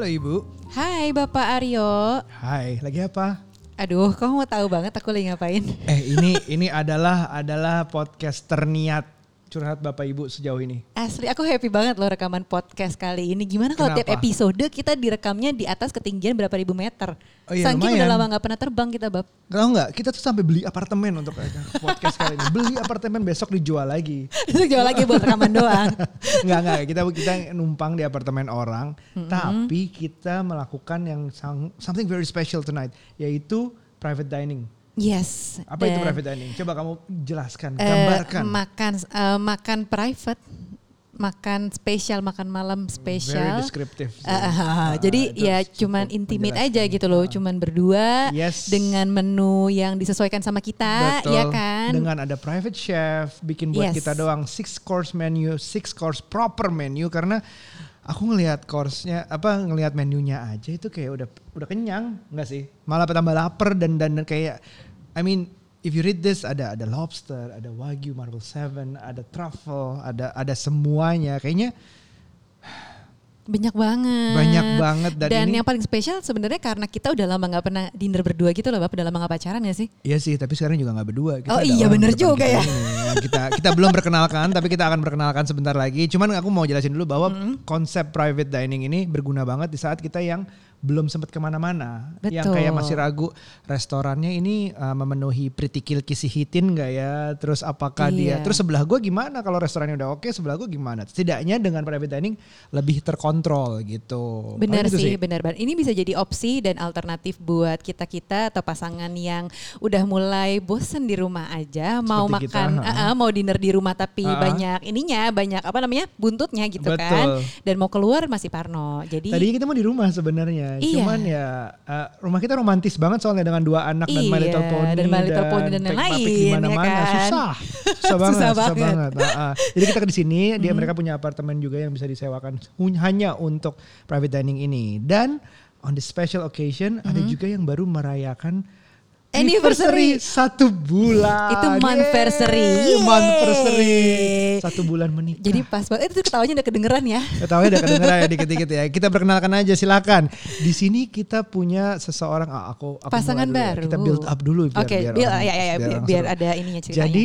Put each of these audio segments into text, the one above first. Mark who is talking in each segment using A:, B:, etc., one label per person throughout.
A: Halo Ibu.
B: Hai Bapak Aryo.
A: Hai, lagi apa?
B: Aduh, kamu mau tahu banget aku lagi ngapain?
A: Ini adalah podcast terniat curhat Bapak Ibu sejauh ini.
B: Asli aku happy banget loh rekaman podcast kali ini. Gimana kalau tiap episode kita direkamnya di atas ketinggian berapa ribu meter?
A: Oh iya,
B: Saking
A: lumayan.
B: udah lama gak pernah terbang kita, Bab.
A: Tahu nggak? Kita tuh sampai beli apartemen untuk podcast kali ini. Beli apartemen, besok dijual lagi.
B: Itu jual lagi buat rekaman doang.
A: Enggak. Kita numpang di apartemen orang, tapi kita melakukan yang something very special tonight, yaitu private dining.
B: Yes.
A: Apa itu private dining? Coba kamu jelaskan, gambarkan.
B: Makan private, makan spesial, makan malam spesial.
A: Very descriptive.
B: Jadi ya cuman intimate aja gitu loh, cuman berdua dengan menu yang disesuaikan sama kita.
A: Betul.
B: Ya kan?
A: Dengan ada private chef, bikin buat kita doang 6 course menu, 6 course proper menu, karena aku ngelihat course-nya, ngelihat menunya aja itu kayak udah kenyang, enggak sih? Malah tambah lapar dan kayak, I mean, if you read this ada lobster, ada wagyu marble 7, ada truffle, ada semuanya. Kayaknya
B: banyak banget. Dan yang paling spesial sebenarnya karena kita udah lama nggak pernah dinner berdua gitu loh, Bapak. Udah lama nggak pacaran ya sih?
A: Iya sih, tapi sekarang juga nggak berdua.
B: Oh iya bener juga ya.
A: Kita belum perkenalkan, tapi kita akan perkenalkan sebentar lagi. Cuman aku mau jelasin dulu bahwa konsep private dining ini berguna banget di saat kita yang belum sempat kemana-mana.
B: Betul.
A: Yang kayak masih ragu restorannya ini memenuhi pretty kill kisihitin gak ya? Terus apakah dia, terus sebelah gue gimana kalau restorannya udah oke, sebelah gue gimana? Setidaknya dengan private dining lebih terkontrol gitu.
B: Benar sih, benar banget. Ini bisa jadi opsi dan alternatif buat kita-kita atau pasangan yang udah mulai bosen di rumah aja, seperti mau makan, mau dinner di rumah tapi banyak buntutnya gitu. Betul. Kan. Dan mau keluar masih parno. Jadi
A: tadinya kita mau di rumah sebenarnya. Cuman ya rumah kita romantis banget soalnya dengan 2 anak dan My Little Pony
B: dan lain-lain
A: di mana-mana ya kan? Susah banget. Jadi kita di sini mereka punya apartemen juga yang bisa disewakan hanya untuk private dining ini. Dan on the special occasion ada juga yang baru merayakan anniversary 1 bulan.
B: Itu monversary.
A: Monversary. 1 bulan menikah.
B: Jadi pas banget. Itu ketawanya udah kedengeran ya.
A: Ketawanya udah kedengeran ya dikit-dikit ya. Kita perkenalkan aja, silakan. Di sini kita punya seseorang aku
B: pasangan baru.
A: Ya. Kita build up dulu
B: biar ada ininya ceritanya.
A: Jadi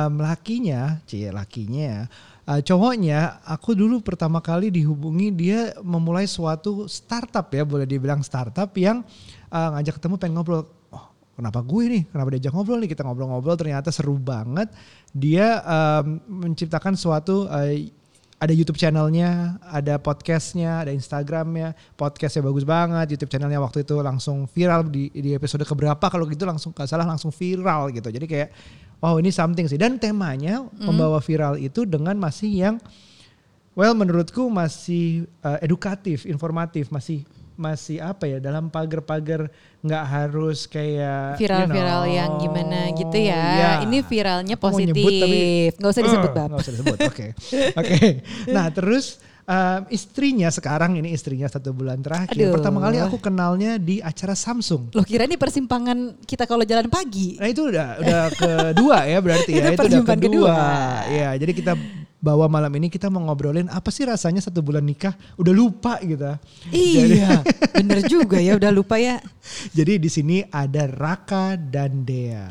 A: lakinya cowoknya, aku dulu pertama kali dihubungi, dia memulai suatu startup ya, boleh dibilang startup yang ngajak ketemu pengen ngobrol. Kenapa gue nih? Kenapa diajak ngobrol nih? Kita ngobrol-ngobrol ternyata seru banget. Dia menciptakan suatu, ada YouTube channelnya, ada podcastnya, ada Instagramnya. Podcastnya bagus banget. YouTube channelnya waktu itu langsung viral di episode keberapa. Kalau gitu langsung viral gitu. Jadi kayak wow, ini something sih. Dan temanya membawa viral itu dengan masih yang menurutku masih edukatif, informatif, masih dalam pagar-pagar, nggak harus kayak
B: viral-viral yang gimana gitu ya. Ini viralnya positif. Nggak usah disebut, Bab.
A: Nggak usah disebut. Oke. Nah terus istrinya 1 bulan terakhir.
B: Aduh.
A: Pertama kali aku kenalnya di acara Samsung.
B: Loh, kira ini persimpangan kita kalau jalan pagi.
A: Nah itu udah kedua ya berarti ya. Itu udah kedua. Ya, jadi kita bahwa malam ini kita mau ngobrolin apa sih rasanya 1 bulan nikah, udah lupa gitu.
B: Iya, bener juga ya, udah lupa ya.
A: Jadi di sini ada Raka dan Dea.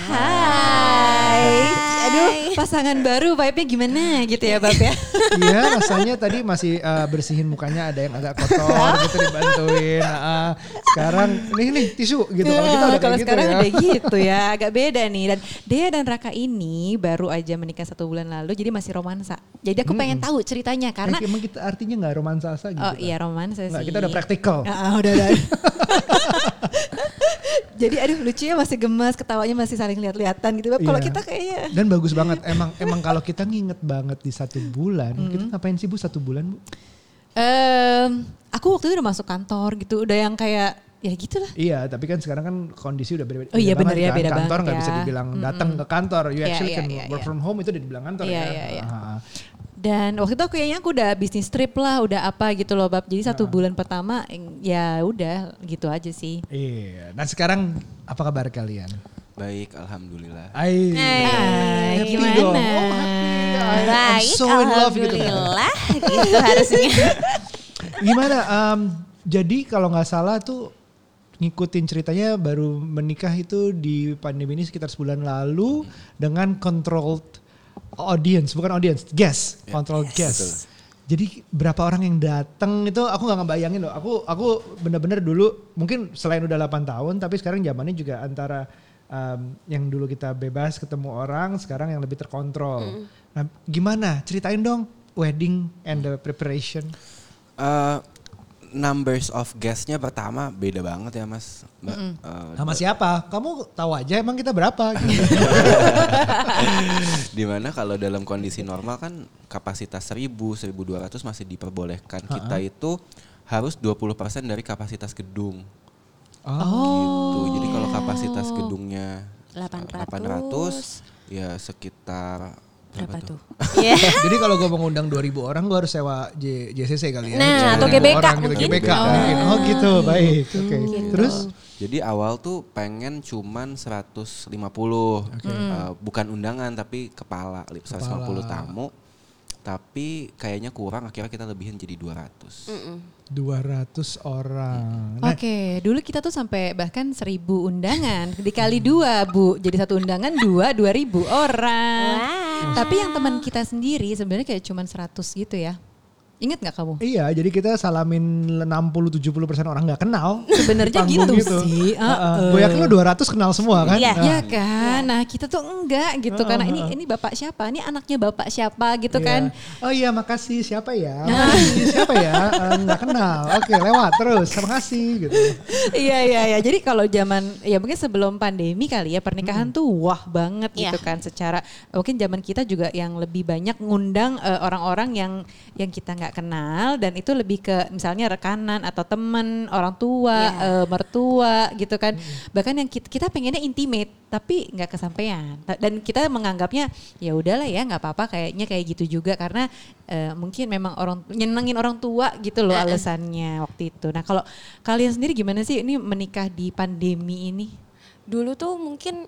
B: Hai. Aduh, pasangan baru vibe-nya gimana gitu ya, Bab ya?
A: Iya, rasanya tadi masih bersihin mukanya, ada yang agak kotor gitu dibantuin. Sekarang nih tisu gitu. Kalau kita udah
B: kalau
A: kayak
B: sekarang
A: gitu ya.
B: udah gitu ya, agak beda nih. Dan Dea dan Raka ini baru aja menikah 1 bulan lalu, jadi masih romansa. Jadi aku pengen tahu ceritanya karena
A: emang kita artinya nggak romansa gitu.
B: Oh iya, romansa sih.
A: Nggak, kita udah praktikal.
B: Udah. Jadi aduh, lucunya masih gemas, ketawanya masih saling lihat-lihatan gitu. Kalau kita kayaknya.
A: Dan bagus banget. Emang kalau kita nginget banget di 1 bulan, kita ngapain sih Bu 1 bulan Bu?
B: Aku waktu itu udah masuk kantor gitu, udah yang kayak ya gitulah.
A: Iya, tapi kan sekarang kan kondisi udah beda.
B: Oh iya benar ya, beda banget.
A: Kantor nggak
B: ya.
A: bisa dibilang datang ke kantor. You actually can work
B: iya.
A: from home, itu udah dibilang kantor ya.
B: Iya. Dan waktu itu kayaknya aku udah bisnis trip lah, udah apa gitu loh, Bab. Jadi 1 bulan pertama ya udah gitu aja sih.
A: Iya. Nah sekarang apa kabar kalian?
C: Baik, alhamdulillah.
B: Gimana?
A: Dong. Oh, happy.
D: Baik,
A: so in love gitu.
D: alhamdulillah gitu harusnya.
A: Gimana? Jadi kalau nggak salah tuh ngikutin ceritanya baru menikah itu di pandemi ini sekitar sebulan lalu dengan controlled audience, bukan audience, guest, controlled guest.
C: Betul.
A: Jadi berapa orang yang datang itu aku nggak ngebayangin loh. Aku bener-bener dulu mungkin selain udah 8 tahun tapi sekarang zamannya juga antara yang dulu kita bebas ketemu orang, sekarang yang lebih terkontrol. Nah, gimana? Ceritain dong wedding and the preparation.
C: Numbers of guestnya pertama beda banget ya Mas.
A: Sama siapa? Kamu tahu aja emang kita berapa gitu.
C: Dimana kalau dalam kondisi normal kan kapasitas 1.000, 1.200 masih diperbolehkan. Kita itu harus 20% dari kapasitas gedung. Gitu. Jadi kalau kapasitas gedungnya 800 ya sekitar berapa tuh?
D: Yeah.
A: Jadi kalau gue mengundang 2.000 orang gue harus sewa JCC kali ya.
D: Nah, atau
A: 2.000
D: GBK
A: orang gitu,
D: mungkin.
A: GBK mungkin. Oh gitu, baik. Oke.
D: Gitu.
A: Terus?
C: Jadi awal tuh pengen cuman 150, bukan undangan tapi kepala 150 tamu. Tapi kayaknya kurang, akhirnya kita lebihin jadi 200.
A: 200 orang. Nah,
B: Oke, dulu kita tuh sampai bahkan 1.000 undangan dikali 2 Bu. Jadi satu undangan 2.000 orang.
D: Wow.
B: Tapi yang teman kita sendiri sebenarnya kayak cuman 100 gitu ya. Ingat gak kamu?
A: iya, jadi kita salamin 60-70% orang gak kenal.
B: Sebenarnya
A: Panggung
B: gitu sih.
A: Gue yakin lo 200 kenal semua kan?
D: Iya.
B: Iya kan, nah kita tuh enggak gitu karena ini bapak siapa, ini anaknya bapak siapa gitu
A: Iya.
B: kan.
A: Oh iya makasih, siapa ya? Makasih, siapa ya? Nggak kenal. Oke, lewat terus. Terima kasih gitu.
B: Iya. Jadi kalau zaman ya mungkin sebelum pandemi kali ya pernikahan tuh wah banget gitu
D: Iya.
B: kan secara mungkin zaman kita juga yang lebih banyak ngundang orang-orang yang kita nggak kenal dan itu lebih ke misalnya rekanan atau teman, orang tua, mertua gitu kan. Bahkan yang kita pengennya intimate tapi nggak kesampaian. Dan kita menganggapnya ya udahlah ya nggak apa-apa kayaknya kayak gitu juga karena mungkin memang nyenengin orang tua gitu loh alasannya waktu itu. Nah kalau kalian sendiri gimana sih ini menikah di pandemi ini?
D: Dulu tuh mungkin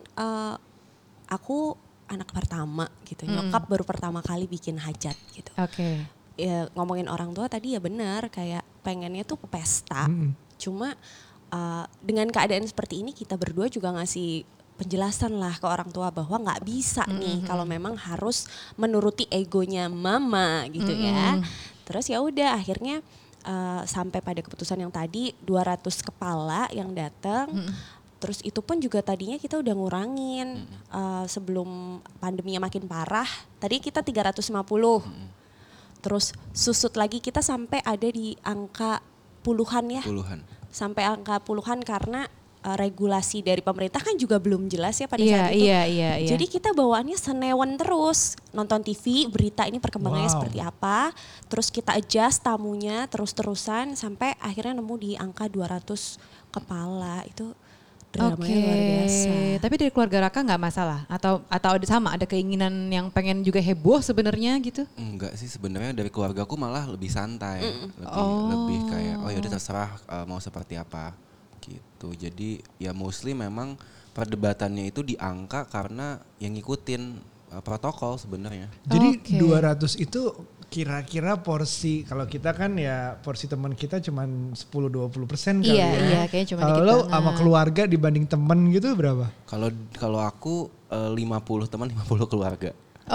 D: aku anak pertama gitu, nyokap baru pertama kali bikin hajat gitu.
B: Oke.
D: Ya ngomongin orang tua tadi ya benar, kayak pengennya tuh pesta. Cuma dengan keadaan seperti ini kita berdua juga ngasih penjelasan lah ke orang tua bahwa nggak bisa nih kalau memang harus menuruti egonya mama gitu ya. Terus ya udah akhirnya sampai pada keputusan yang tadi 200 kepala yang datang. Terus itu pun juga tadinya kita udah ngurangin sebelum pandeminya makin parah. Tadi kita 350. Terus susut lagi kita sampai ada di angka puluhan ya. Sampai angka puluhan karena regulasi dari pemerintah kan juga belum jelas ya pada saat itu.
B: Iya.
D: Jadi kita bawaannya senewan terus. Nonton TV, berita ini perkembangannya seperti apa. Terus kita adjust tamunya terus-terusan sampai akhirnya nemu di angka 200 kepala. Itu dramanya luar biasa.
B: Tapi dari keluarga Raka nggak masalah atau ada sama ada keinginan yang pengen juga heboh sebenarnya gitu?
C: Enggak sih, sebenarnya dari keluargaku malah lebih santai, lebih kayak oh ya udah terserah mau seperti apa gitu. Jadi ya mostly memang perdebatannya itu di angka karena yang ngikutin protokol sebenarnya.
A: Jadi 200 itu kira-kira porsi, kalau kita kan ya porsi teman kita cuman 10-20% kali ya.
B: Iya kayaknya cuma dikit
A: Kalau lo
B: banget.
A: sama keluarga dibanding temen gitu berapa?
C: Kalau aku 50 teman 50 keluarga.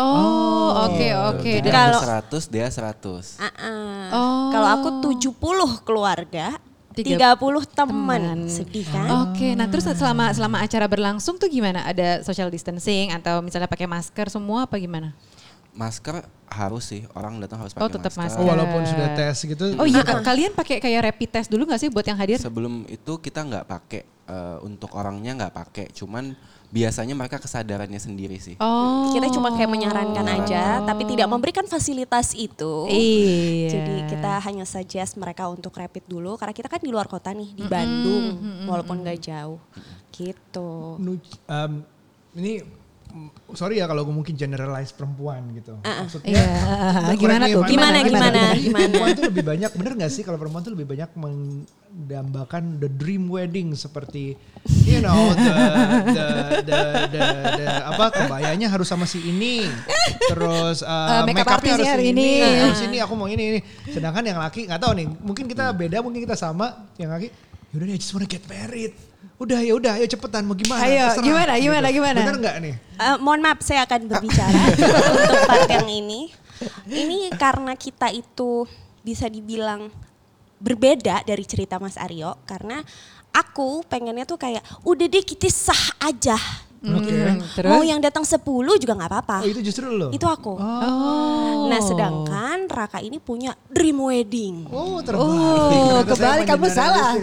B: Oke.
C: Jadi
D: Kalau-
C: aku 100, dia 100.
D: Kalau aku 70 keluarga, 30 teman. Sedih kan?
B: Oke, nah terus selama acara berlangsung tuh gimana? Ada social distancing atau misalnya pakai masker semua apa gimana?
C: Masker harus sih, orang datang harus pakai
B: tetap
C: masker.
B: masker.
A: Oh, walaupun sudah tes gitu.
B: Oh iya, kalian pakai kayak rapid test dulu nggak sih buat yang hadir?
C: Sebelum itu kita nggak pakai, untuk orangnya nggak pakai, cuman biasanya mereka kesadarannya sendiri sih.
B: Oh.
D: Kita cuma kayak menyarankan aja, tapi tidak memberikan fasilitas itu.
B: Iya.
D: Jadi kita hanya suggest mereka untuk rapid dulu, karena kita kan di luar kota nih, di Bandung, walaupun nggak jauh, gitu.
A: Ini sorry ya kalau gue mungkin generalize perempuan gitu. Maksudnya
B: gimana tuh?
D: Gimana?
A: Perempuan tuh lebih banyak, bener gak sih kalau perempuan tuh lebih banyak mendambakan the dream wedding seperti you know the apa kebayanya harus sama si ini, terus make upnya harus ini, harus ini, aku mau ini. Sedangkan yang laki nggak tahu nih, mungkin kita beda, mungkin kita sama. Yang laki, yaudah deh, I just wanna get married. Udah, ayo cepetan, mau gimana?
B: Ayo,
A: terserah,
B: gimana?
A: Bener nggak nih?
D: Mohon maaf, saya akan berbicara untuk part yang ini. Ini karena kita itu bisa dibilang berbeda dari cerita Mas Aryo, karena aku pengennya tuh kayak udah deh kita sah aja.
A: Oke.
D: Mau yang datang 10 juga gak apa-apa.
A: Oh itu justru lo?
D: Itu aku. Nah sedangkan Raka ini punya dream wedding.
A: Oh terbalik.
B: Kebalik, kamu salah.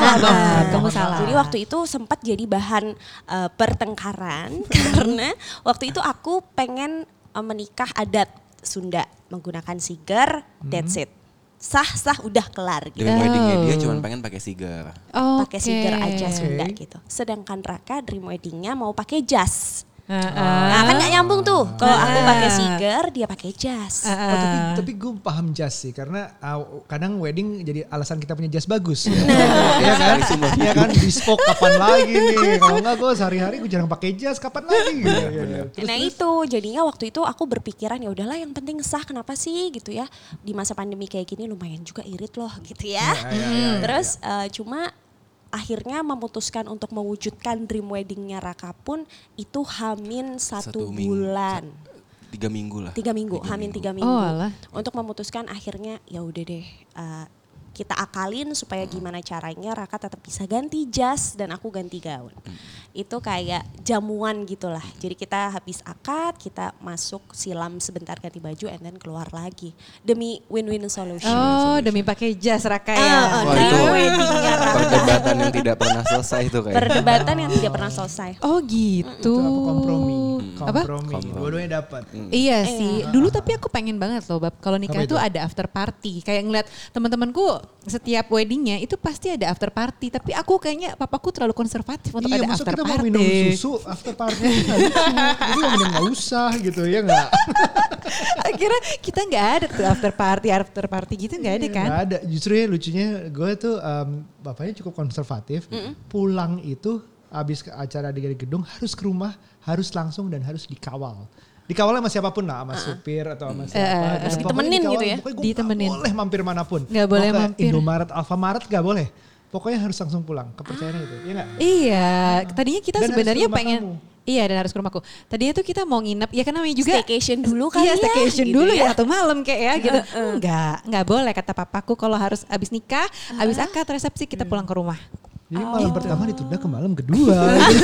B: Kamu salah.
D: Jadi waktu itu sempat jadi bahan pertengkaran karena waktu itu aku pengen menikah adat Sunda menggunakan siger, that's it. Sah udah kelar gitu.
C: Dream weddingnya dia cuma pengen pakai siger.
D: Pakai siger aja Sunda gitu. Sedangkan Raka dream weddingnya mau pakai jas. Nah kan gak nyambung tuh. Kalau aku pakai siger, dia pakai jas.
A: Tapi gue paham jas sih, karena kadang wedding jadi alasan kita punya jas bagus. Iya kan? Iya kan? Bespoke kapan lagi nih? Kalau enggak gue sehari-hari gue jarang pakai jas, kapan lagi?
D: Nah itu jadinya waktu itu aku berpikiran ya udahlah yang penting sah, kenapa sih gitu ya. Di masa pandemi kayak gini lumayan juga irit loh gitu ya. Terus cuma akhirnya memutuskan untuk mewujudkan dream weddingnya Raka pun itu hamin 1 bulan.
C: 3 minggu lah.
D: 3 minggu, hamin 3 minggu. Untuk memutuskan akhirnya ya udah deh kita akalin supaya gimana caranya Raka tetap bisa ganti jas dan aku ganti gaun. Itu kayak jamuan gitulah. Jadi kita habis akad, kita masuk silam sebentar ganti baju and then keluar lagi. Demi win-win solution.
B: Demi pakai jas Raka ya.
C: Itu perdebatan yang tidak pernah selesai itu kayak.
D: Perdebatan yang tidak pernah selesai.
B: Oh gitu.
A: Itu apa kompromi.
B: Apa?
A: Dua-duanya dapat.
B: Iya sih. Dulu tapi aku pengen banget loh Bab. Kalau nikah itu ada after party. Kayak ngeliat teman-temanku setiap weddingnya itu pasti ada after party. Tapi aku kayaknya papaku terlalu konservatif untuk ada after
A: kita
B: party.
A: mau minum susu after party nggak lucu. Jadi mending nggak usah gitu ya nggak.
B: Akhirnya kita nggak ada tuh after party gitu nggak ada kan?
A: Nggak ada. Justru ya lucunya gue tuh bapaknya cukup konservatif. Pulang itu habis acara di gedung harus ke rumah, harus langsung dan harus dikawal. Dikawal sama siapapun lah, sama supir atau sama siapa.
D: Harus ditemenin gitu ya?
A: Ditemenin. Gak boleh mampir manapun.
B: Gak boleh mampir.
A: Indomaret, Alfamaret gak boleh. Pokoknya harus langsung pulang, kepercayaannya itu. Iya gak?
B: Iya, tadinya kita sebenarnya pengen.
A: Kamu.
B: Iya dan harus ke rumahku. Tadinya tuh kita mau nginep, ya kan namanya juga.
D: Staycation dulu kan
B: ya. Iya staycation
D: gitu
B: dulu
D: ya.
B: 1 malam kayak ya gitu. Enggak boleh kata papaku kalau harus abis nikah, abis akad resepsi kita pulang ke rumah.
A: Jadi malam pertama ditunda ke malam kedua.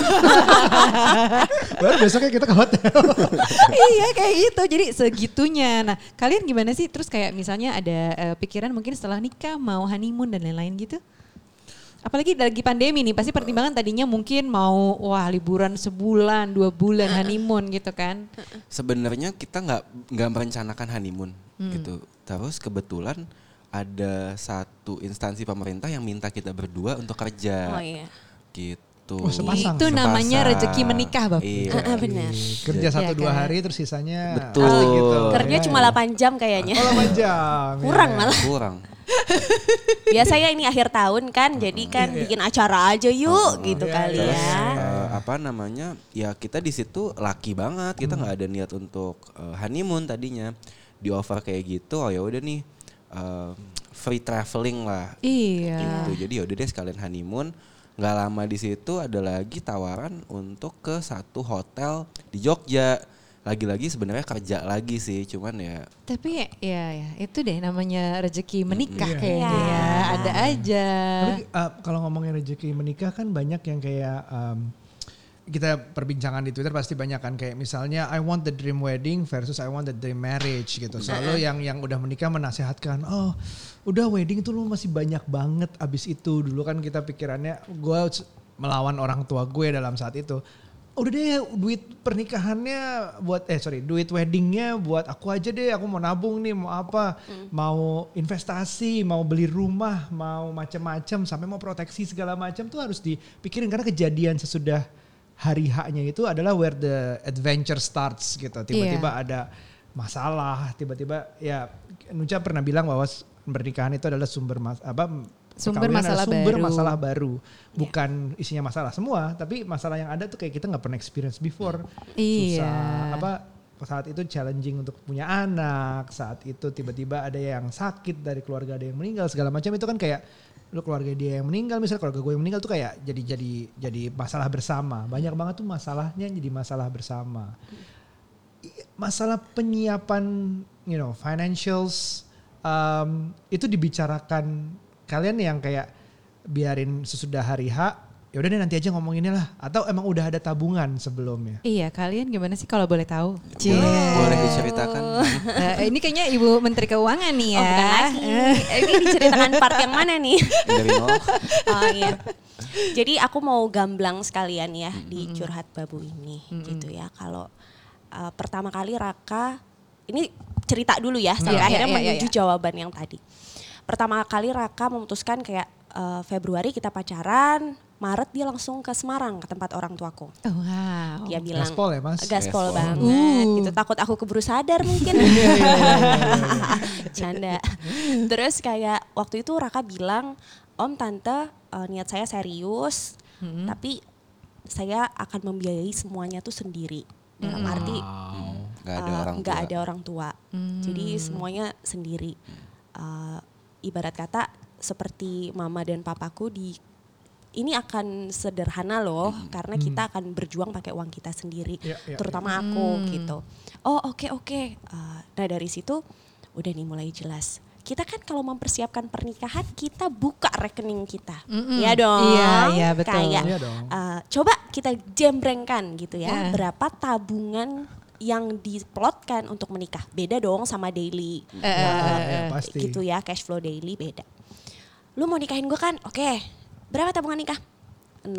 A: Baru besoknya kita ke hotel.
B: Iya kayak gitu, jadi segitunya. Nah kalian gimana sih? Terus kayak misalnya ada pikiran mungkin setelah nikah mau honeymoon dan lain-lain gitu? Apalagi lagi pandemi nih, pasti pertimbangan tadinya mungkin mau liburan sebulan, 2 bulan honeymoon gitu kan.
C: Sebenarnya kita nggak merencanakan honeymoon gitu. Terus kebetulan ada satu instansi pemerintah yang minta kita berdua untuk kerja.
D: Oh iya.
C: Gitu.
A: Sepasang.
B: Itu namanya rezeki menikah, Bab.
C: Iya.
D: Benar.
A: Kerja 1-2 hari terus sisanya.
C: Betul.
A: Gitu.
D: Kerja cuma 8 jam kayaknya.
A: 8 jam.
D: Kurang malah.
C: Kurang.
D: Biasanya ini akhir tahun kan, jadi kan bikin acara aja yuk gitu kali
C: Terus,
D: ya.
C: Ya kita di situ laki banget, kita nggak ada niat untuk honeymoon tadinya. Di offer kayak gitu, oh ya udah nih free traveling lah.
B: Iya.
C: Gitu. Jadi yaudah deh sekalian honeymoon. Nggak lama di situ ada lagi tawaran untuk ke satu hotel di Jogja. Lagi-lagi sebenarnya kerja lagi sih, cuman ya.
B: Tapi ya itu deh namanya rezeki menikah kayaknya
D: Iya.
B: ya, ada aja.
A: Tapi kalau ngomongin rezeki menikah kan banyak yang kayak kita perbincangan di Twitter pasti banyak kan kayak misalnya I want the dream wedding versus I want the dream marriage gitu. Selalu yang udah menikah menasehatkan, oh udah wedding itu lu masih banyak banget abis itu. Dulu kan kita pikirannya gue melawan orang tua gue dalam saat itu. Udah deh duit pernikahannya duit weddingnya buat aku aja deh, aku mau nabung nih, mau apa, mau investasi, mau beli rumah, mau macam-macam sampai mau proteksi segala macam tuh harus dipikirin karena kejadian sesudah hari H-nya itu adalah where the adventure starts gitu. Tiba-tiba ada masalah, tiba-tiba ya Nucha pernah bilang bahwa pernikahan itu adalah sumber masalah baru. Bukan isinya masalah semua, tapi masalah yang ada tuh kayak kita nggak pernah experience before. Susah, saat itu challenging untuk punya anak, saat itu tiba-tiba ada yang sakit dari keluarga, ada yang meninggal segala macam, itu kan kayak lu keluarga dia yang meninggal, misalnya keluarga gue yang meninggal tuh kayak jadi masalah bersama. Banyak banget tuh masalahnya jadi masalah bersama. Masalah penyiapan, financials, itu dibicarakan kalian yang kayak biarin sesudah hari H, ya udah deh nanti aja ngomonginnya lah, atau emang udah ada tabungan sebelumnya?
B: Iya, kalian gimana sih kalau boleh tahu?
C: Boleh diceritakan.
B: Ini kayaknya Ibu Menteri Keuangan nih ya.
D: Bukan lagi. Ini diceritakan part yang mana nih?
C: Dari nol.
D: Oh iya. Jadi aku mau gamblang sekalian ya di curhat babu ini gitu ya. Kalau pertama kali Raka, ini cerita dulu ya sampai akhirnya menuju jawaban yang tadi. Pertama kali Raka memutuskan kayak Februari kita pacaran, Maret dia langsung ke Semarang ke tempat orang tuaku.
B: Oh, wow.
D: Dia bilang
A: gaspol ya Mas?
D: Gaspol banget gitu, takut aku keburu sadar mungkin. Canda. Terus kayak waktu itu Raka bilang, Om Tante niat saya serius, tapi saya akan membiayai semuanya tuh sendiri. Dalam arti nggak ada orang tua. Jadi semuanya sendiri. Ibarat kata seperti mama dan papaku ini akan sederhana loh, karena kita akan berjuang pakai uang kita sendiri, terutama aku gitu. Oh oke. Nah dari situ udah nih mulai jelas. Kita kan kalau mempersiapkan pernikahan kita buka rekening kita, ya dong.
B: Iya betul.
D: Kayak coba kita jembrengkan gitu ya, berapa tabungan yang diplotkan untuk menikah. Beda dong sama daily,
A: pasti.
D: gitu ya, cash flow daily beda. Lu mau nikahin gue kan? Oke. Berapa tabungan nikah? 0.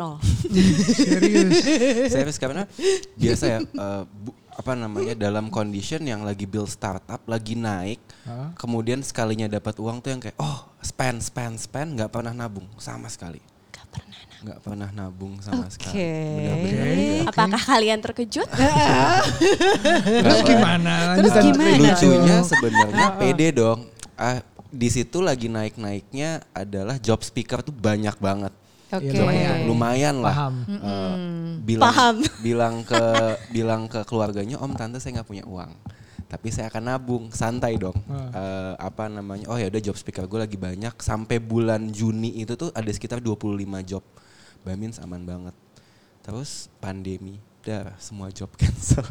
C: Serius karena biasa ya dalam condition yang lagi build startup lagi naik, kemudian sekalinya dapat uang tuh yang kayak spend nggak pernah nabung sama sekali. Nggak pernah nabung sama sekali. Benar-benar.
D: Apakah kalian terkejut?
A: Terus gimana?
C: Lucunya sebenarnya pede dong. Di situ lagi naik-naiknya adalah job speaker tuh banyak banget. Lumayan lah. Bilang ke keluarganya, Om Tante saya nggak punya uang, tapi saya akan nabung, santai dong. Oh ya udah job speaker gue lagi banyak, sampai bulan Juni itu tuh ada sekitar 25 job. Bamins aman banget. Terus pandemi, semua job cancel.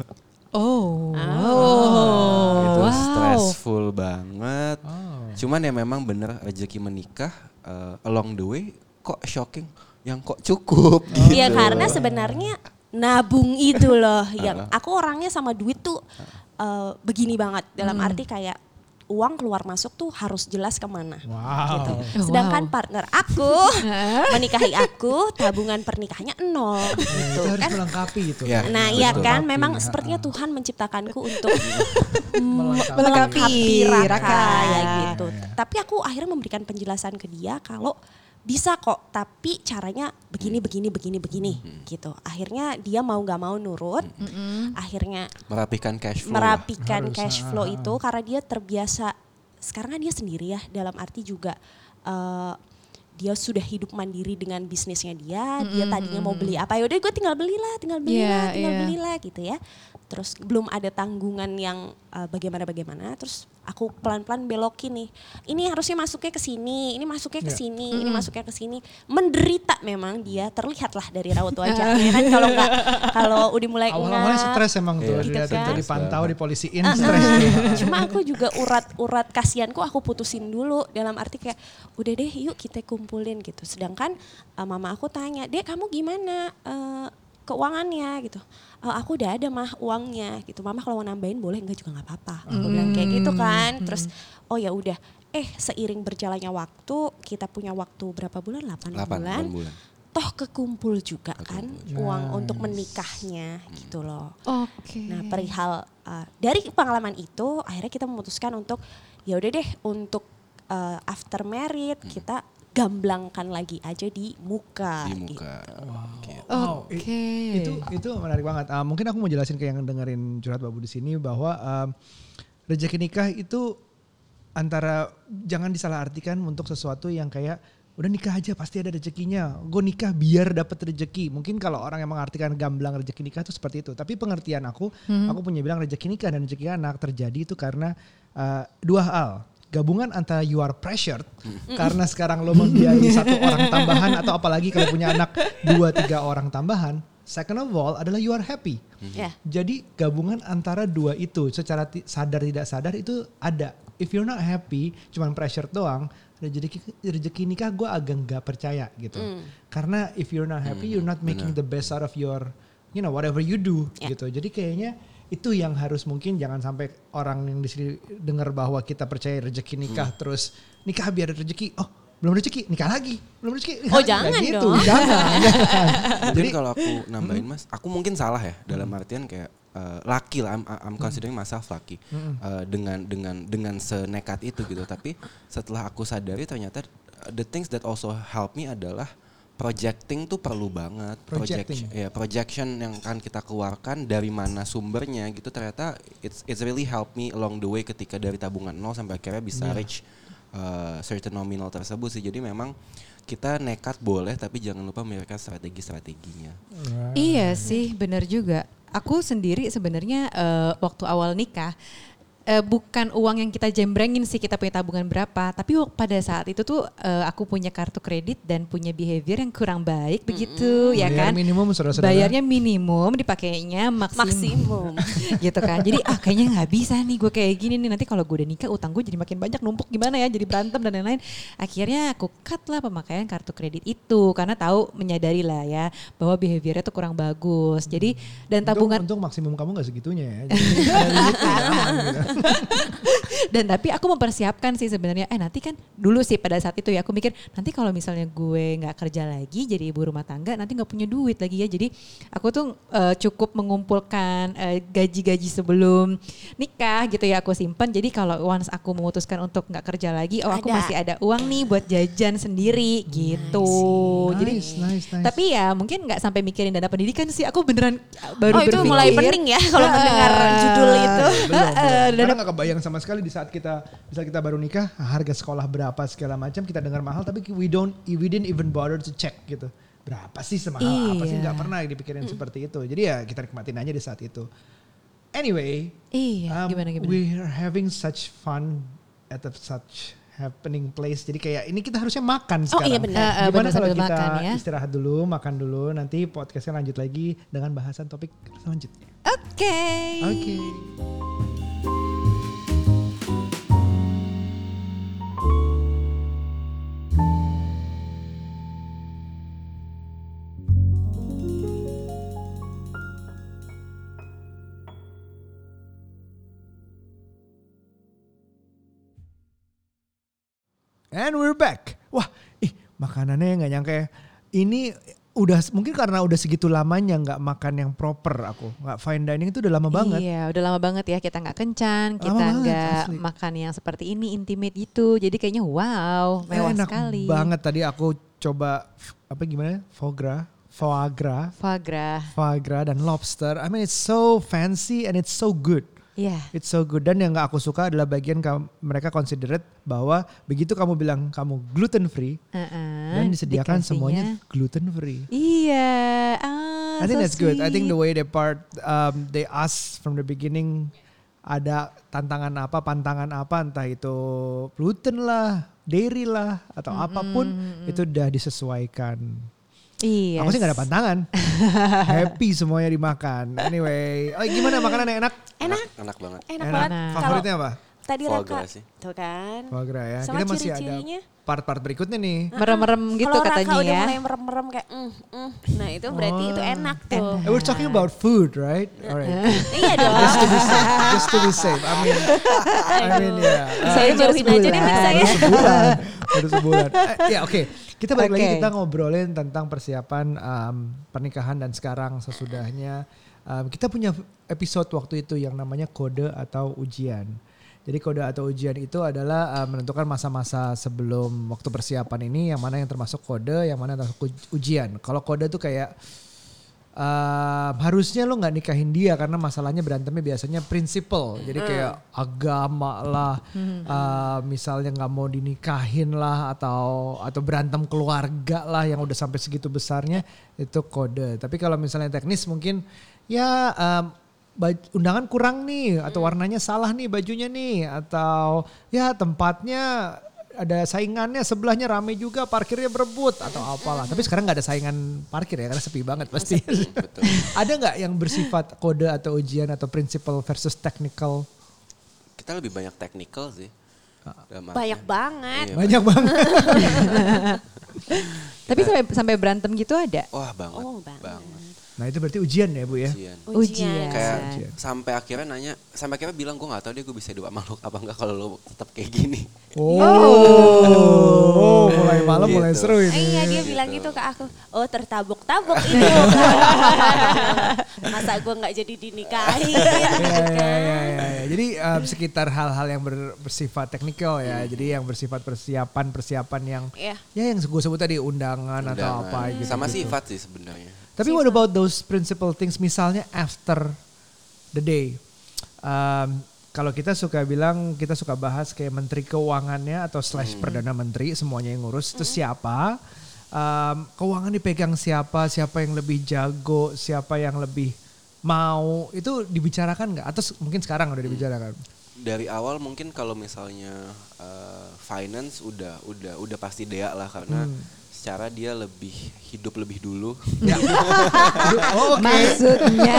C: Itu stressful banget. Cuman ya memang bener rezeki menikah along the way kok shocking, yang kok cukup.
D: Iya karena sebenarnya nabung itu loh, yang aku orangnya sama duit tuh begini banget, dalam arti kayak uang keluar masuk tuh harus jelas kemana. Gitu. Sedangkan partner aku menikahi aku, tabungan pernikahannya 0. Gitu,
A: itu harus melengkapi gitu.
D: Nah iya kan, memang sepertinya Tuhan menciptakanku untuk melengkapi Raka ya gitu. Tapi aku akhirnya memberikan penjelasan ke dia kalau bisa kok, tapi caranya begini gitu. Akhirnya dia mau gak mau nurut, akhirnya
C: merapikan
D: cash flow itu karena dia terbiasa, sekarang kan dia sendiri ya, dalam arti juga dia sudah hidup mandiri dengan bisnisnya dia tadinya mau beli apa, yaudah gue tinggal belilah gitu ya. Terus belum ada tanggungan yang bagaimana, terus aku pelan-pelan belokin nih. Ini harusnya masuknya ke sini, ini masuknya ke sini, ini masuknya ke sini. Menderita memang dia, terlihat lah dari raut wajahnya kan, kalau udah mulai
A: awal-awalnya stres emang tuh,
D: gitu kan.
A: dipantau, dipolisiin stres.
D: Cuma aku juga urat kasihanku aku putusin dulu, dalam arti kayak udah deh yuk kita kumpulin gitu. Sedangkan mama aku tanya, "Dek kamu gimana keuangannya?" gitu. Aku udah ada mah uangnya gitu. Mama kalau mau nambahin boleh, enggak juga nggak apa-apa. Aku bilang kayak gitu kan. Terus oh ya udah. Seiring berjalannya waktu, kita punya waktu berapa bulan? 8 bulan. Toh kekumpul juga kan uang untuk menikahnya gitu loh. Nah perihal dari pengalaman itu akhirnya kita memutuskan untuk ya udah deh untuk after married kita gamblangkan lagi aja di muka.
C: Di muka.
D: Gitu.
A: Wow.
B: Oke.
A: Itu menarik banget. Mungkin aku mau jelasin ke yang dengerin curhat Babu di sini bahwa rezeki nikah itu antara jangan disalahartikan untuk sesuatu yang kayak udah nikah aja pasti ada rezekinya. Gue nikah biar dapat rezeki. Mungkin kalau orang yang mengartikan gamblang rezeki nikah itu seperti itu. Tapi pengertian aku punya bilang rezeki nikah dan rezeki anak terjadi itu karena dua hal. Gabungan antara you are pressured karena sekarang lo membiayai satu orang tambahan atau apalagi kalau punya anak 2-3 orang tambahan. Second of all adalah you are happy. Jadi gabungan antara dua itu secara sadar tidak sadar itu ada. If you're not happy, cuman pressure doang, rezeki nikah gue agak nggak percaya gitu. Karena if you're not happy, you're not making the best out of your, whatever you do gitu. Jadi kayaknya itu yang harus mungkin jangan sampai orang yang di sini dengar bahwa kita percaya rezeki nikah terus nikah biar ada rezeki. Oh belum rezeki nikah lagi, belum rezeki.
D: Oh jangan
A: gitu.
D: dong.
A: Jangan.
C: Jadi kalau aku nambahin Mas, aku mungkin salah ya dalam artian kayak lucky lah, I'm considering myself lucky dengan senekat itu gitu. Tapi setelah aku sadari ternyata the things that also help me adalah projecting tuh perlu banget. Projection yang akan kita keluarkan dari mana sumbernya gitu ternyata it's really help me along the way ketika dari tabungan 0 sampai akhirnya bisa reach certain nominal tersebut sih. Jadi memang kita nekat boleh tapi jangan lupa memikirkan strategi-strateginya.
B: Iya sih, benar juga. Aku sendiri sebenarnya waktu awal nikah bukan uang yang kita jembrengin sih kita punya tabungan berapa, tapi pada saat itu tuh aku punya kartu kredit dan punya behavior yang kurang baik begitu ya kan.
A: Minimum saudara-saudara.
B: Bayarnya minimum, dipakainya maksimum. Gitu kan. Jadi kayaknya nggak bisa nih gue kayak gini nih, nanti kalau gue udah nikah utang gue jadi makin banyak, numpuk gimana ya, jadi berantem dan lain-lain. Akhirnya aku cut lah pemakaian kartu kredit itu karena tahu menyadari lah ya bahwa behaviornya tuh kurang bagus. Jadi dan tabungan
A: untung maksimum kamu nggak segitunya ya. Jadi ada limitnya, aman gitu.
B: Dan tapi aku mempersiapkan sih sebenarnya nanti kan dulu sih pada saat itu ya aku mikir nanti kalau misalnya gue nggak kerja lagi jadi ibu rumah tangga nanti nggak punya duit lagi ya, jadi aku tuh cukup mengumpulkan gaji-gaji sebelum nikah gitu ya aku simpan, jadi kalau once aku memutuskan untuk nggak kerja lagi aku masih ada uang nih buat jajan sendiri gitu. Jadi
A: nice.
B: tapi ya mungkin nggak sampai mikirin dana pendidikan sih, aku beneran baru
D: itu
B: berpikir
D: mulai penting ya kalau mendengar judul itu.
A: Belum. Karena gak kebayang sama sekali di saat kita baru nikah harga sekolah berapa segala macam kita dengar mahal tapi we didn't even bother to check gitu. Berapa sih semahal apa sih, gak pernah dipikirin seperti itu. Jadi ya kita nikmatin aja di saat itu. Anyway,
B: gimana?
A: We're having such fun at such happening place. Jadi kayak ini kita harusnya makan sekarang.
D: Oh iya benar.
A: Gimana kalau kita
B: makan, ya?
A: istirahat dulu, makan dulu, nanti podcastnya lanjut lagi dengan bahasan topik selanjutnya.
B: Oke.
A: And we're back. Wah, makanannya nggak nyangka ya. Ini mungkin karena udah segitu lamanya nggak makan yang proper aku. Nggak fine dining itu udah lama banget.
B: Iya, udah lama banget ya kita nggak kencan, kita nggak makan yang seperti ini intimate gitu. Jadi kayaknya wow, mewah
A: enak
B: sekali.
A: Enak banget tadi aku coba foie gras dan lobster. I mean it's so fancy and it's so good.
B: Yeah.
A: It's so good. Dan yang gak aku suka adalah bagian mereka considerate bahwa begitu kamu bilang kamu gluten free dan disediakan semuanya gluten free.
B: Iya.
A: I think that's good. I think the way they ask from the beginning ada pantangan apa entah itu gluten lah, dairy lah atau apapun itu udah disesuaikan.
B: Iya.
A: Aku sih gak ada pantangan. Happy semuanya dimakan. Anyway, gimana makanannya enak?
C: Enak banget.
D: Enak banget.
A: Favoritnya apa?
D: Tadi
C: Foie
D: Raka.
C: gras sih.
D: Tuh kan.
A: Foie gras ya.
D: Sama
A: Kita masih ada
D: ciri-cirinya.
A: part-part berikutnya nih.
B: Merem-merem gitu
D: Kalau
B: katanya
D: Raka udah
B: ya.
D: mulai merem-merem kayak nah itu berarti itu enak tuh.
A: We're talking about food, right? Alright.
D: Iya dong.
A: Just to be safe. I mean yeah.
D: Saya jauhin aja deh mic saya.
A: Baru sebulan. Ya oke. Kita balik lagi kita ngobrolin tentang persiapan pernikahan dan sekarang sesudahnya. Kita punya episode waktu itu yang namanya kode atau ujian. Jadi kode atau ujian itu adalah menentukan masa-masa sebelum waktu persiapan ini yang mana yang termasuk kode, yang mana yang termasuk ujian. Kalau kode tuh kayak harusnya lo nggak nikahin dia karena masalahnya berantemnya biasanya prinsipal. Jadi kayak agama lah, misalnya nggak mau dinikahin lah atau berantem keluarga lah yang udah sampai segitu besarnya itu kode. Tapi kalau misalnya teknis mungkin ya undangan kurang nih atau warnanya salah nih bajunya nih atau ya tempatnya ada saingannya sebelahnya rame juga parkirnya berebut atau apalah. Tapi sekarang nggak ada saingan parkir ya karena sepi banget pasti. Ada nggak yang bersifat kode atau ujian atau principle versus technical?
C: Kita lebih banyak technical sih.
D: Banyak banget.
C: Iya,
A: banyak banget.
B: Tapi sampai berantem gitu ada?
C: Wah banget.
D: Oh, banget.
A: Nah itu berarti ujian ya Bu ya?
B: Ujian.
C: Kayak sampai akhirnya bilang gue gak tahu dia gue bisa hidup sama lo apa enggak kalau lo tetap kayak gini.
A: Mulai malam gitu. Mulai seru ini.
D: Iya dia bilang gitu ke aku, oh tertabuk-tabuk itu. Masa gue gak jadi dinikahi.
A: Ya. Jadi sekitar hal-hal yang bersifat teknikal ya. Jadi yang bersifat persiapan yang ya yang gue sebut tadi undangan atau apa gitu.
C: Sama sifat sih sebenarnya.
A: Tapi what about those principal things misalnya after the day? Kalau kita suka bahas kayak menteri keuangannya atau / perdana menteri semuanya yang ngurus itu siapa? Keuangan dipegang siapa yang lebih jago, siapa yang lebih mau itu dibicarakan nggak? Atau mungkin sekarang udah dibicarakan?
C: Dari awal mungkin kalau misalnya finance udah pasti Dea lah karena secara dia hidup lebih dulu.
A: Ya.
B: Maksudnya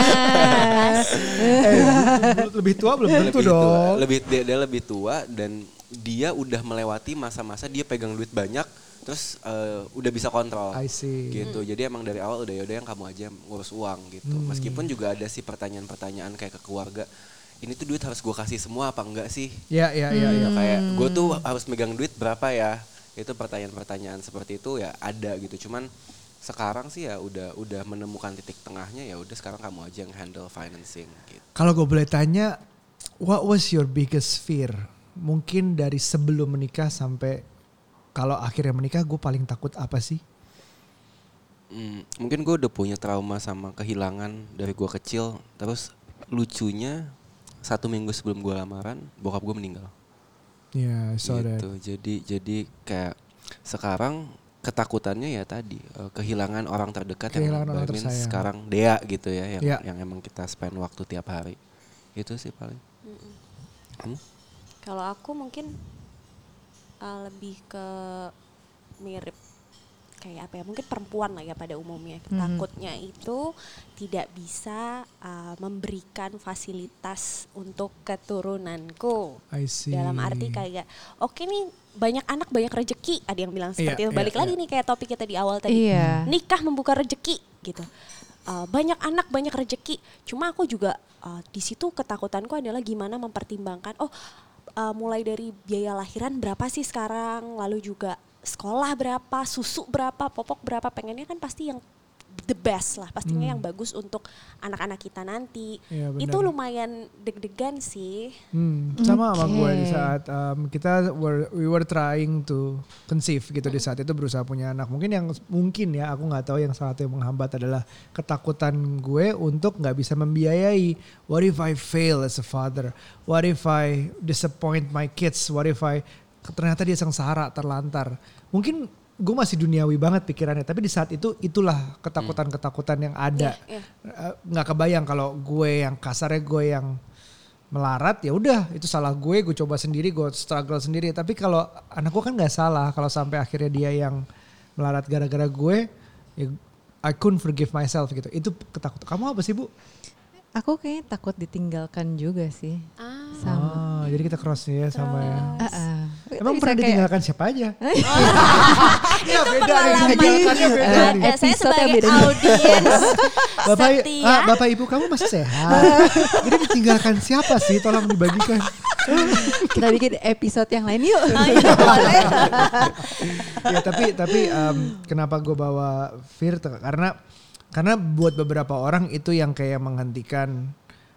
A: lebih tua belum tentu dong.
C: Dia lebih tua dan dia udah melewati masa-masa dia pegang duit banyak terus udah bisa kontrol.
A: I see.
C: Gitu. Jadi emang dari awal udah yang kamu aja ngurus uang gitu. Meskipun juga ada sih pertanyaan-pertanyaan kayak ke keluarga. Ini tuh duit harus gue kasih semua apa enggak sih?
A: Iya.
C: Kayak gue tuh harus megang duit berapa ya? Itu pertanyaan-pertanyaan seperti itu ya ada gitu. Cuman sekarang sih ya udah menemukan titik tengahnya ya udah sekarang kamu aja yang handle financing gitu.
A: Kalau gue boleh tanya, what was your biggest fear? Mungkin dari sebelum menikah sampai kalau akhirnya menikah gue paling takut apa sih?
C: Mungkin gue udah punya trauma sama kehilangan dari gue kecil. Terus lucunya 1 minggu sebelum gue lamaran bokap gue meninggal.
A: Ya, so
C: gitu. Jadi kayak sekarang ketakutannya ya tadi kehilangan orang terdekat yang sekarang Dea gitu ya yang emang kita spend waktu tiap hari. Itu sih paling.
D: Kalau aku mungkin lebih ke mirip kayak apa ya, mungkin perempuan lah ya pada umumnya. Takutnya itu tidak bisa memberikan fasilitas untuk keturunanku.
A: I see.
D: Dalam arti kayak oke nih banyak anak banyak rejeki, ada yang bilang seperti itu. Balik lagi nih kayak topik kita di awal tadi. Nikah membuka rejeki gitu. Banyak anak banyak rejeki. Cuma aku juga di situ ketakutanku adalah gimana mempertimbangkan mulai dari biaya lahiran berapa sih sekarang, lalu juga sekolah berapa, susu berapa, popok berapa, pengennya kan pasti yang the best lah, pastinya yang bagus untuk anak-anak kita nanti. Ya, itu lumayan deg-degan sih.
A: Sama sama gue di saat we were trying to conceive gitu di saat itu berusaha punya anak. Mungkin ya aku nggak tahu yang salah satu yang menghambat adalah ketakutan gue untuk nggak bisa membiayai. What if I fail as a father? What if I disappoint my kids? What if ternyata dia sengsara, terlantar. Mungkin gue masih duniawi banget pikirannya, tapi di saat itu itulah ketakutan-ketakutan yang ada. Nggak kebayang kalau gue yang kasarnya gue yang melarat, ya udah itu salah gue coba sendiri, gue struggle sendiri. Tapi kalau anak gue kan nggak salah, kalau sampai akhirnya dia yang melarat gara-gara gue, ya I couldn't forgive myself gitu. Itu ketakutan. Kamu apa sih Bu?
B: Aku kayaknya takut ditinggalkan juga sih. Sama.
A: Jadi kita cross ya sama ya. Emang pernah ditinggalkan siapa aja?
D: Itu pengalaman saya sebagai audiens setia.
A: Bapak Ibu kamu masih sehat. Jadi ditinggalkan siapa sih? Tolong dibagikan.
B: Kita bikin episode yang lain yuk.
D: Iya boleh.
A: Ya tapi kenapa gue bawa fear? Karena buat beberapa orang itu yang kayak menghentikan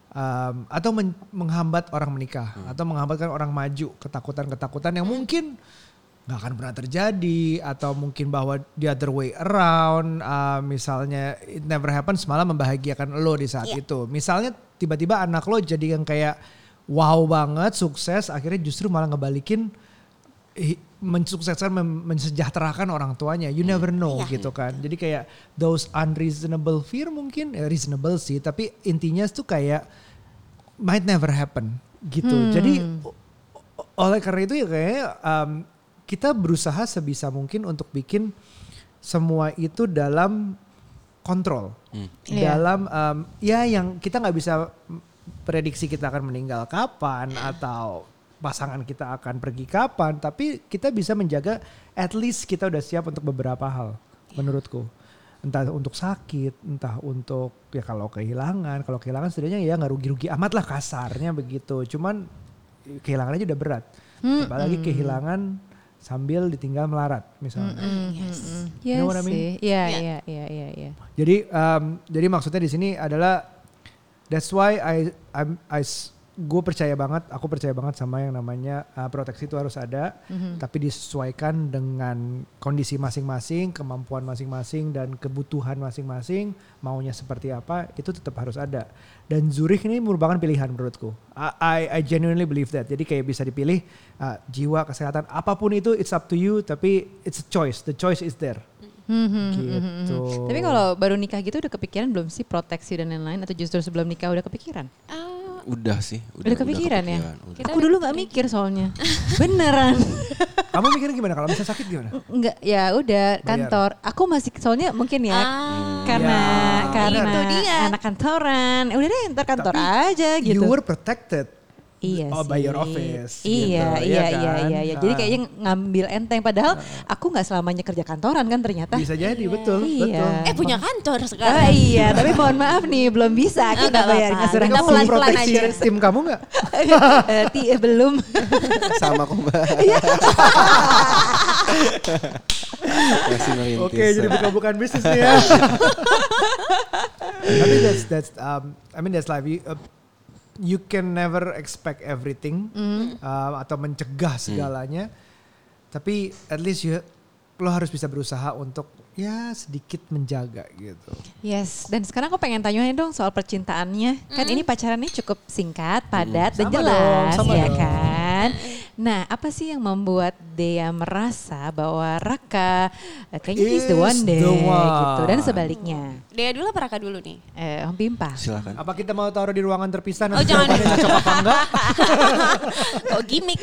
A: atau menghambat orang menikah atau menghambatkan orang maju, ketakutan-ketakutan yang mungkin nggak akan pernah terjadi atau mungkin bahwa the other way around, misalnya it never happens malah membahagiakan lo di saat itu. Misalnya tiba-tiba anak lo jadi yang kayak wow banget, sukses, akhirnya justru malah ngebalikin mensukseskan, mensejahterakan orang tuanya. You never know gitu kan. Jadi kayak those unreasonable fear mungkin, reasonable sih. Tapi intinya tuh kayak might never happen gitu. Jadi oleh karena itu ya kayaknya kita berusaha sebisa mungkin untuk bikin semua itu dalam kontrol. Dalam ya yang kita gak bisa prediksi kita akan meninggal kapan atau pasangan kita akan pergi kapan, tapi kita bisa menjaga at least kita udah siap untuk beberapa hal menurutku. Entah untuk sakit, entah untuk ya kalau kehilangan setidaknya ya gak rugi-rugi amat lah kasarnya begitu. Cuman kehilangan aja udah berat. Apalagi kehilangan sambil ditinggal melarat misalnya. You know what I mean?
B: Iya.
A: Jadi maksudnya di sini adalah that's why aku percaya banget sama yang namanya proteksi itu harus ada, tapi disesuaikan dengan kondisi masing-masing, kemampuan masing-masing dan kebutuhan masing-masing, maunya seperti apa itu tetap harus ada. Dan Zurich ini merupakan pilihan menurutku. I genuinely believe that. Jadi kayak bisa dipilih jiwa, kesehatan, apapun itu it's up to you, tapi it's a choice. The choice is there. Gitu.
B: Tapi kalau baru nikah gitu udah kepikiran belum sih proteksi dan lain-lain, atau justru sebelum nikah udah kepikiran?
C: Udah sih.
B: Udah kepikiran ya?
C: Udah.
B: Aku dulu gak mikir soalnya. Beneran.
A: Kamu mikirnya gimana kalau misalnya sakit gimana?
B: Enggak, ya udah kantor. Aku masih soalnya mungkin ya karena
D: itu dia.
B: anak kantoran. Udah deh ntar kantor aja gitu.
A: You were protected.
B: Iya sih.
A: By your office.
B: Iya. Jadi kayaknya ngambil enteng, padahal aku nggak selamanya kerja kantoran kan ternyata.
A: Bisa jadi betul.
D: Punya kantor sekarang.
B: Iya, tapi mohon maaf nih belum bisa kita bayar asuransi.
D: Kita pelan-pelan
A: proteksi
D: aja.
A: tim kamu nggak?
B: Belum.
C: Sama kok Mbak. Masih merintis.
A: Oke, jadi buka-bukaan bisnis nih ya. Tapi that's life. You can never expect everything atau mencegah segalanya. Tapi at least lo harus bisa berusaha untuk ya sedikit menjaga gitu.
B: Yes, dan sekarang aku pengen tanya dong soal percintaannya. Kan ini pacarannya cukup singkat, padat dan jelas ya kan. Nah, apa sih yang membuat Dea merasa bahwa Raka kayaknya is the one deh gitu, dan sebaliknya?
D: Dea dulu apa Raka dulu nih?
B: Om Pimpa.
C: Silakan.
A: Apa kita mau taruh di ruangan terpisah?
D: Oh jangan.
A: Cocok apa enggak?
D: Kok gimmick?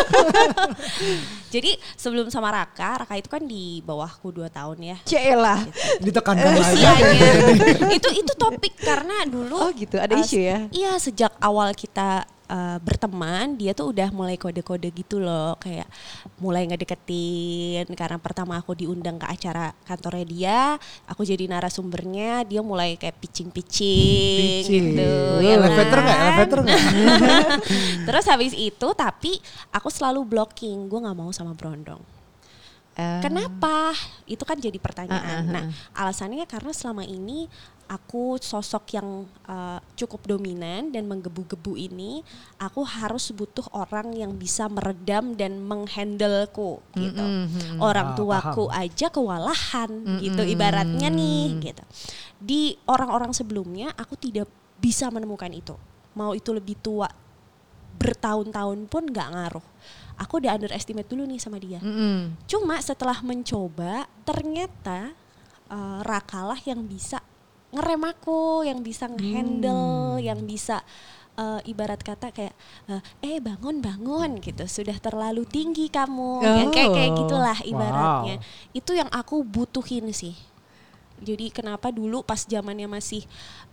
D: Jadi sebelum sama Raka itu kan di bawahku 2 tahun ya.
B: Celah.
A: Ditekankan lagi.
D: Usianya. itu topik karena dulu.
B: Oh gitu, ada isu ya?
D: Iya, sejak awal kita berteman, dia tuh udah mulai kode-kode gitu loh, kayak mulai ngedeketin. Karena pertama aku diundang ke acara kantornya dia, aku jadi narasumbernya, dia mulai kayak pitching gitu.
A: Elevator nggak?
D: Terus habis itu, tapi aku selalu blocking, gue nggak mau sama Brondong. Kenapa? Itu kan jadi pertanyaan. Nah, alasannya karena selama ini aku sosok yang cukup dominan dan menggebu-gebu ini, aku harus butuh orang yang bisa meredam dan menghandleku gitu. Orang tuaku aja kewalahan gitu ibaratnya nih gitu. Di orang-orang sebelumnya aku tidak bisa menemukan itu. Mau itu lebih tua bertahun-tahun pun gak ngaruh. Aku udah underestimate dulu nih sama dia. Cuma setelah mencoba ternyata Rakalah yang bisa ngerem aku, yang bisa ngehandle, yang bisa ibarat kata kayak bangun gitu, sudah terlalu tinggi kamu, yang kayak gitulah ibaratnya. Itu yang aku butuhin sih. Jadi kenapa dulu pas zamannya masih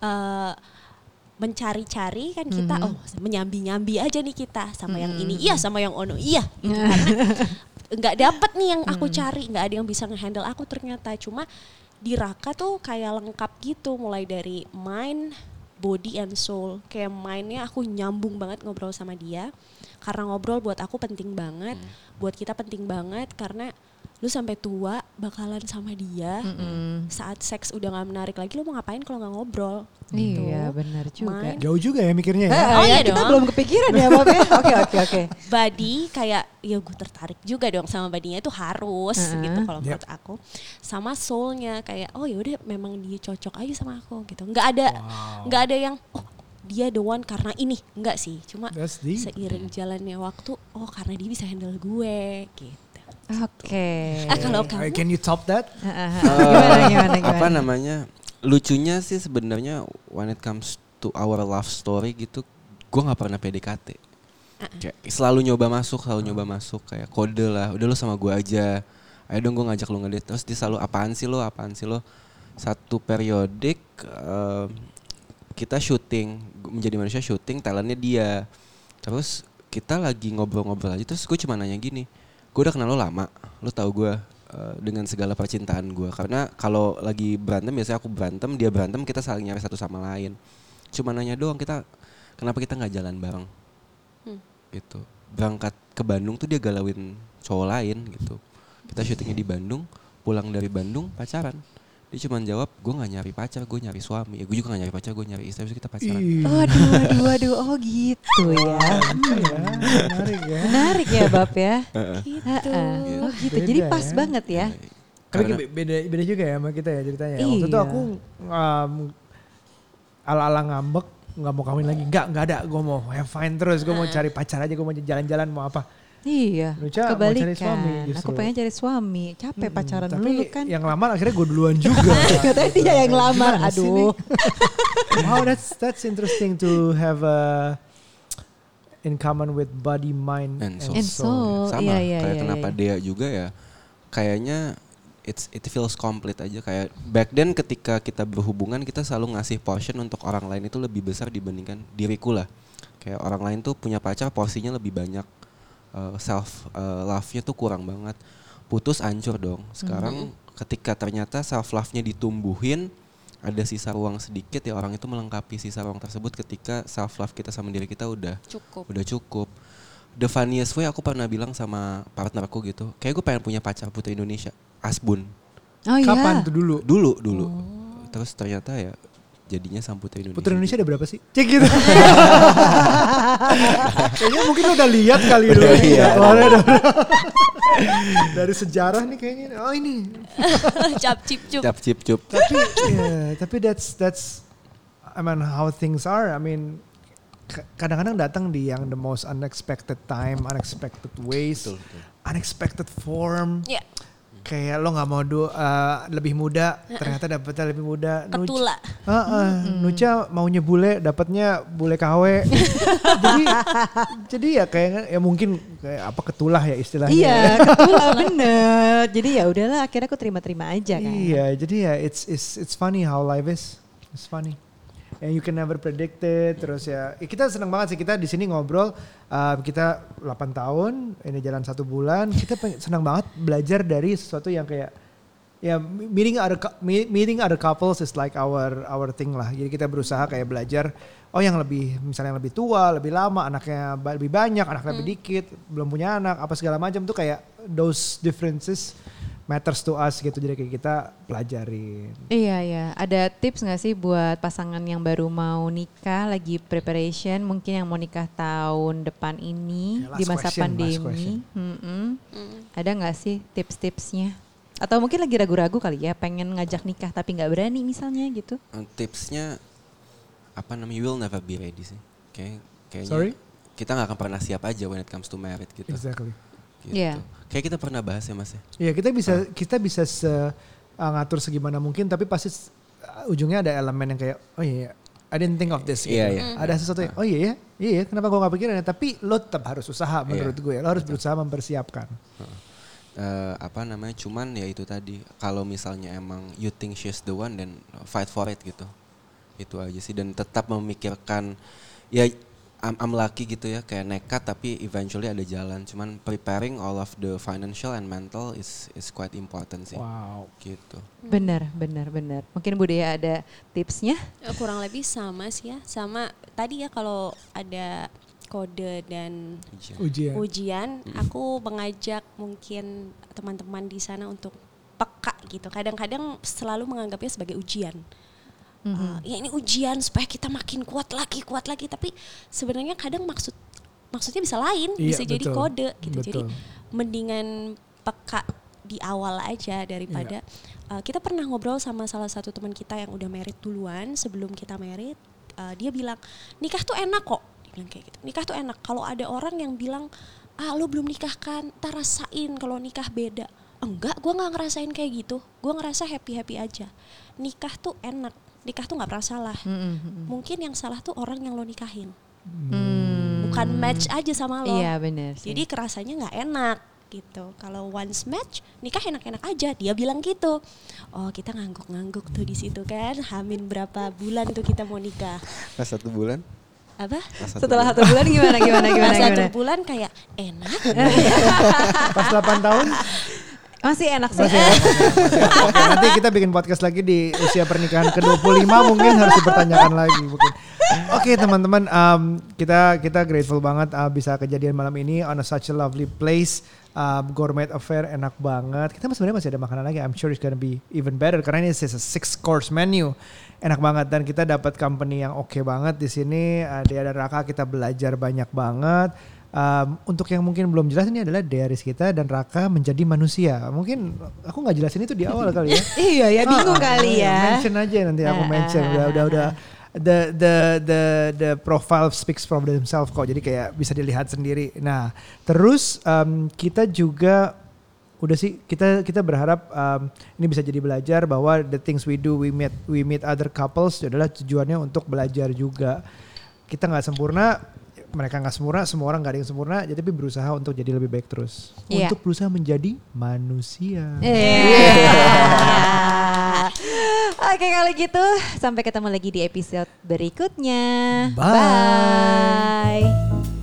D: mencari-cari kan kita menyambi-nyambi aja nih kita sama yang ini iya sama yang ono iya gitu. Karena nggak dapet nih yang aku cari, nggak ada yang bisa ngehandle aku ternyata. Cuma di Raka tuh kayak lengkap gitu, mulai dari mind, body and soul. Kayak mindnya aku nyambung banget ngobrol sama dia, karena ngobrol buat aku penting banget, buat kita penting banget karena lu sampai tua bakalan sama dia. Saat seks udah gak menarik lagi, lu mau ngapain kalau gak ngobrol? Gitu.
B: Iya benar juga.
A: Jauh juga ya mikirnya ya.
D: Oh iya
B: kita
D: dong.
B: belum kepikiran ya Bob ya. Oke.
D: Body kayak ya gue tertarik juga dong sama badinya, itu harus gitu kalau menurut aku. Sama soulnya kayak oh ya udah memang dia cocok aja sama aku gitu. Nggak ada yang oh dia the one karena ini, enggak sih. Cuma seiring jalannya waktu, oh karena dia bisa handle gue gitu.
B: Oke.
D: Kalau kamu,
A: Can you top that?
B: Gimana?
C: Apa namanya? Lucunya sih sebenarnya when it comes to our love story gitu, gue nggak pernah PDKT. Kayak selalu nyoba masuk kayak kode lah. Udah lo sama gue aja. Ayo dong gue ngajak lo ngedate. Terus dia selalu apaan sih lo? Satu periodik kita syuting, menjadi manusia syuting, talentnya dia. Terus kita lagi ngobrol-ngobrol aja, terus gue cuma nanya gini, gue udah kenal lo lama, lo tahu gue dengan segala percintaan gue. Karena kalau lagi berantem, biasanya aku berantem, dia berantem, kita saling nyari satu sama lain. Cuma nanya doang, kenapa kita gak jalan bareng? Gitu. Berangkat ke Bandung tuh dia galauin cowok lain gitu. Kita syutingnya di Bandung, pulang dari Bandung pacaran. Dia cuma jawab, gue gak nyari pacar, gue nyari suami. Ya gue juga gak nyari pacar, gue nyari istri, terus kita pacaran.
B: Waduh, oh gitu ya. Menarik ya Bab ya.
D: gitu.
B: Oh gitu, jadi pas banget ya.
A: Tapi beda juga ya sama kita ya ceritanya. Waktu itu aku ala-ala ngambek, gak mau kawin lagi. Enggak ada, gue mau have fun terus, gue mau cari pacar aja, gue mau jalan-jalan, mau apa.
B: Iya,
A: Nucha
B: kebalikan.
A: mau cari suami justru.
B: Aku pengen cari suami, capek pacaran dulu kan.
A: Yang lamar akhirnya gue duluan juga.
B: Katanya dia yang lamar, aduh.
A: Wow, that's interesting to have in common with body, mind, and soul.
C: Sama,
B: iya,
C: kayak kenapa Dea juga ya, kayaknya it feels complete aja. Kayak back then ketika kita berhubungan, kita selalu ngasih portion untuk orang lain itu lebih besar dibandingkan diriku lah. Kayak orang lain tuh punya pacar porsinya lebih banyak. Self love-nya tuh kurang banget. Putus hancur dong. Sekarang ketika ternyata self love-nya ditumbuhin, ada sisa ruang sedikit ya, orang itu melengkapi sisa ruang tersebut ketika self love kita sama diri kita udah cukup. The funniest way aku pernah bilang sama partnerku gitu, kayak gue pengen punya pacar putri Indonesia, Asbun.
B: Oh iya.
A: Kapan tuh dulu?
C: Dulu. Terus ternyata ya jadinya sama Putri Indonesia.
A: Putri Indonesia ada berapa sih? Cek gitu. Kayaknya mungkin lo udah lihat kali dulu. Iya. Dari sejarah nih kayaknya. Oh ini.
D: Cap cip cup.
A: Tapi that's I mean how things are. I mean kadang-kadang datang di yang the most unexpected time, unexpected ways, unexpected form.
D: Yeah.
A: Kayak lo nggak mau lebih muda, ternyata dapetnya lebih muda.
D: Ketula.
A: Nucha maunya bule, dapetnya bule KW. jadi ya kayak ya mungkin kayak apa ketulah ya istilahnya.
B: Iya, ketulah bener. Jadi ya udahlah, akhirnya aku terima-terima aja kan.
A: Iya, jadi ya it's funny how life is. It's funny. And you can never predict it. Terus ya kita senang banget sih, kita di sini ngobrol, kita 8 tahun, ini jalan 1 bulan, kita senang banget belajar dari sesuatu yang kayak ya meeting other couples is like our thing lah. Jadi kita berusaha kayak belajar, oh yang lebih misalnya yang lebih tua, lebih lama, anaknya lebih banyak, anaknya lebih dikit, belum punya anak, apa segala macam tuh kayak those differences matters to us gitu, jadi kayak kita pelajarin.
B: Iya. Ada tips gak sih buat pasangan yang baru mau nikah, lagi preparation, mungkin yang mau nikah tahun depan ini di masa pandemi? Ada gak sih tips-tipsnya? Atau mungkin lagi ragu-ragu kali ya, pengen ngajak nikah tapi gak berani misalnya gitu?
C: Tipsnya apa namanya, you will never be ready sih. Kayaknya
A: Sorry?
C: Kita gak akan pernah siap aja when it comes to married gitu.
A: Exactly.
C: Gitu.
B: Yeah.
C: Kayak kita pernah bahas ya Mas ya.
A: Iya, kita bisa ngatur segimana mungkin, tapi pasti ujungnya ada elemen yang kayak oh iya, I didn't think of this gitu.
C: Iya.
A: Ada sesuatu yang oh iya kenapa gue gak pikirin ya, tapi lo tetap harus usaha menurut gue, lo harus berusaha mempersiapkan.
C: Cuman ya itu tadi, kalau misalnya emang you think she's the one, then fight for it gitu. Itu aja sih, dan tetap memikirkan ya I'm lucky gitu ya, kayak nekat tapi eventually ada jalan. Cuman preparing all of the financial and mental is quite important sih.
A: Wow.
C: Gitu.
B: Benar. Mungkin Bu Dea ada tipsnya?
D: Kurang lebih sama sih ya, sama tadi ya, kalau ada kode dan
A: ujian.
D: Aku mengajak mungkin teman-teman di sana untuk peka gitu. Kadang-kadang selalu menganggapnya sebagai ujian. Ya ini ujian supaya kita makin kuat lagi. Tapi sebenarnya kadang maksudnya bisa lain, bisa jadi kode gitu. Betul. Jadi mendingan peka di awal aja daripada kita pernah ngobrol sama salah satu teman kita yang udah married duluan sebelum kita married. Dia bilang nikah tuh enak kok, dia bilang kayak gitu. Nikah tuh enak. Kalau ada orang yang bilang lo belum nikah kan, ntar rasain kalau nikah beda. Enggak, gue nggak ngerasain kayak gitu. Gue ngerasa happy aja. Nikah tuh enak, nikah tuh nggak pernah salah. Mungkin yang salah tuh orang yang lo nikahin. Bukan match aja sama lo.
B: Iya benar.
D: Jadi kerasanya nggak enak gitu. Kalau once match nikah enak-enak aja, dia bilang gitu. Oh kita ngangguk-ngangguk tuh di situ kan. Hamin berapa bulan tuh kita mau nikah?
C: Pas 1 bulan.
D: Apa?
B: Setelah 1 bulan gimana?
D: Pas 1 bulan kayak enak.
A: Pas 8 tahun
B: masih enak sih.
A: Oke, nanti kita bikin podcast lagi di usia pernikahan ke-25 mungkin harus dipertanyakan lagi mungkin. Oke teman-teman, kita grateful banget bisa kejadian malam ini on such a lovely place. Gourmet affair enak banget. Kita sebenarnya masih ada makanan lagi. I'm sure it's gonna be even better karena ini is a 6-course menu. Enak banget dan kita dapat company yang oke banget di sini. Dia dan Raka kita belajar banyak banget. Untuk yang mungkin belum jelas ini adalah Diaries kita dan Raka menjadi manusia. Mungkin aku nggak jelasin itu di awal kali ya.
B: Iya ya bingung kali ya.
A: Mention aja nanti aku mention udah. The profile speaks for themselves kok. Jadi kayak bisa dilihat sendiri. Nah, terus kita juga udah sih kita berharap ini bisa jadi belajar bahwa the things we do we meet other couples adalah tujuannya untuk belajar juga. Kita nggak sempurna, mereka nggak sempurna, semua orang nggak ada yang sempurna, jadi tapi berusaha untuk jadi lebih baik terus. Untuk berusaha menjadi manusia.
B: Oke kalau gitu sampai ketemu lagi di episode berikutnya.
A: Bye.
B: Bye.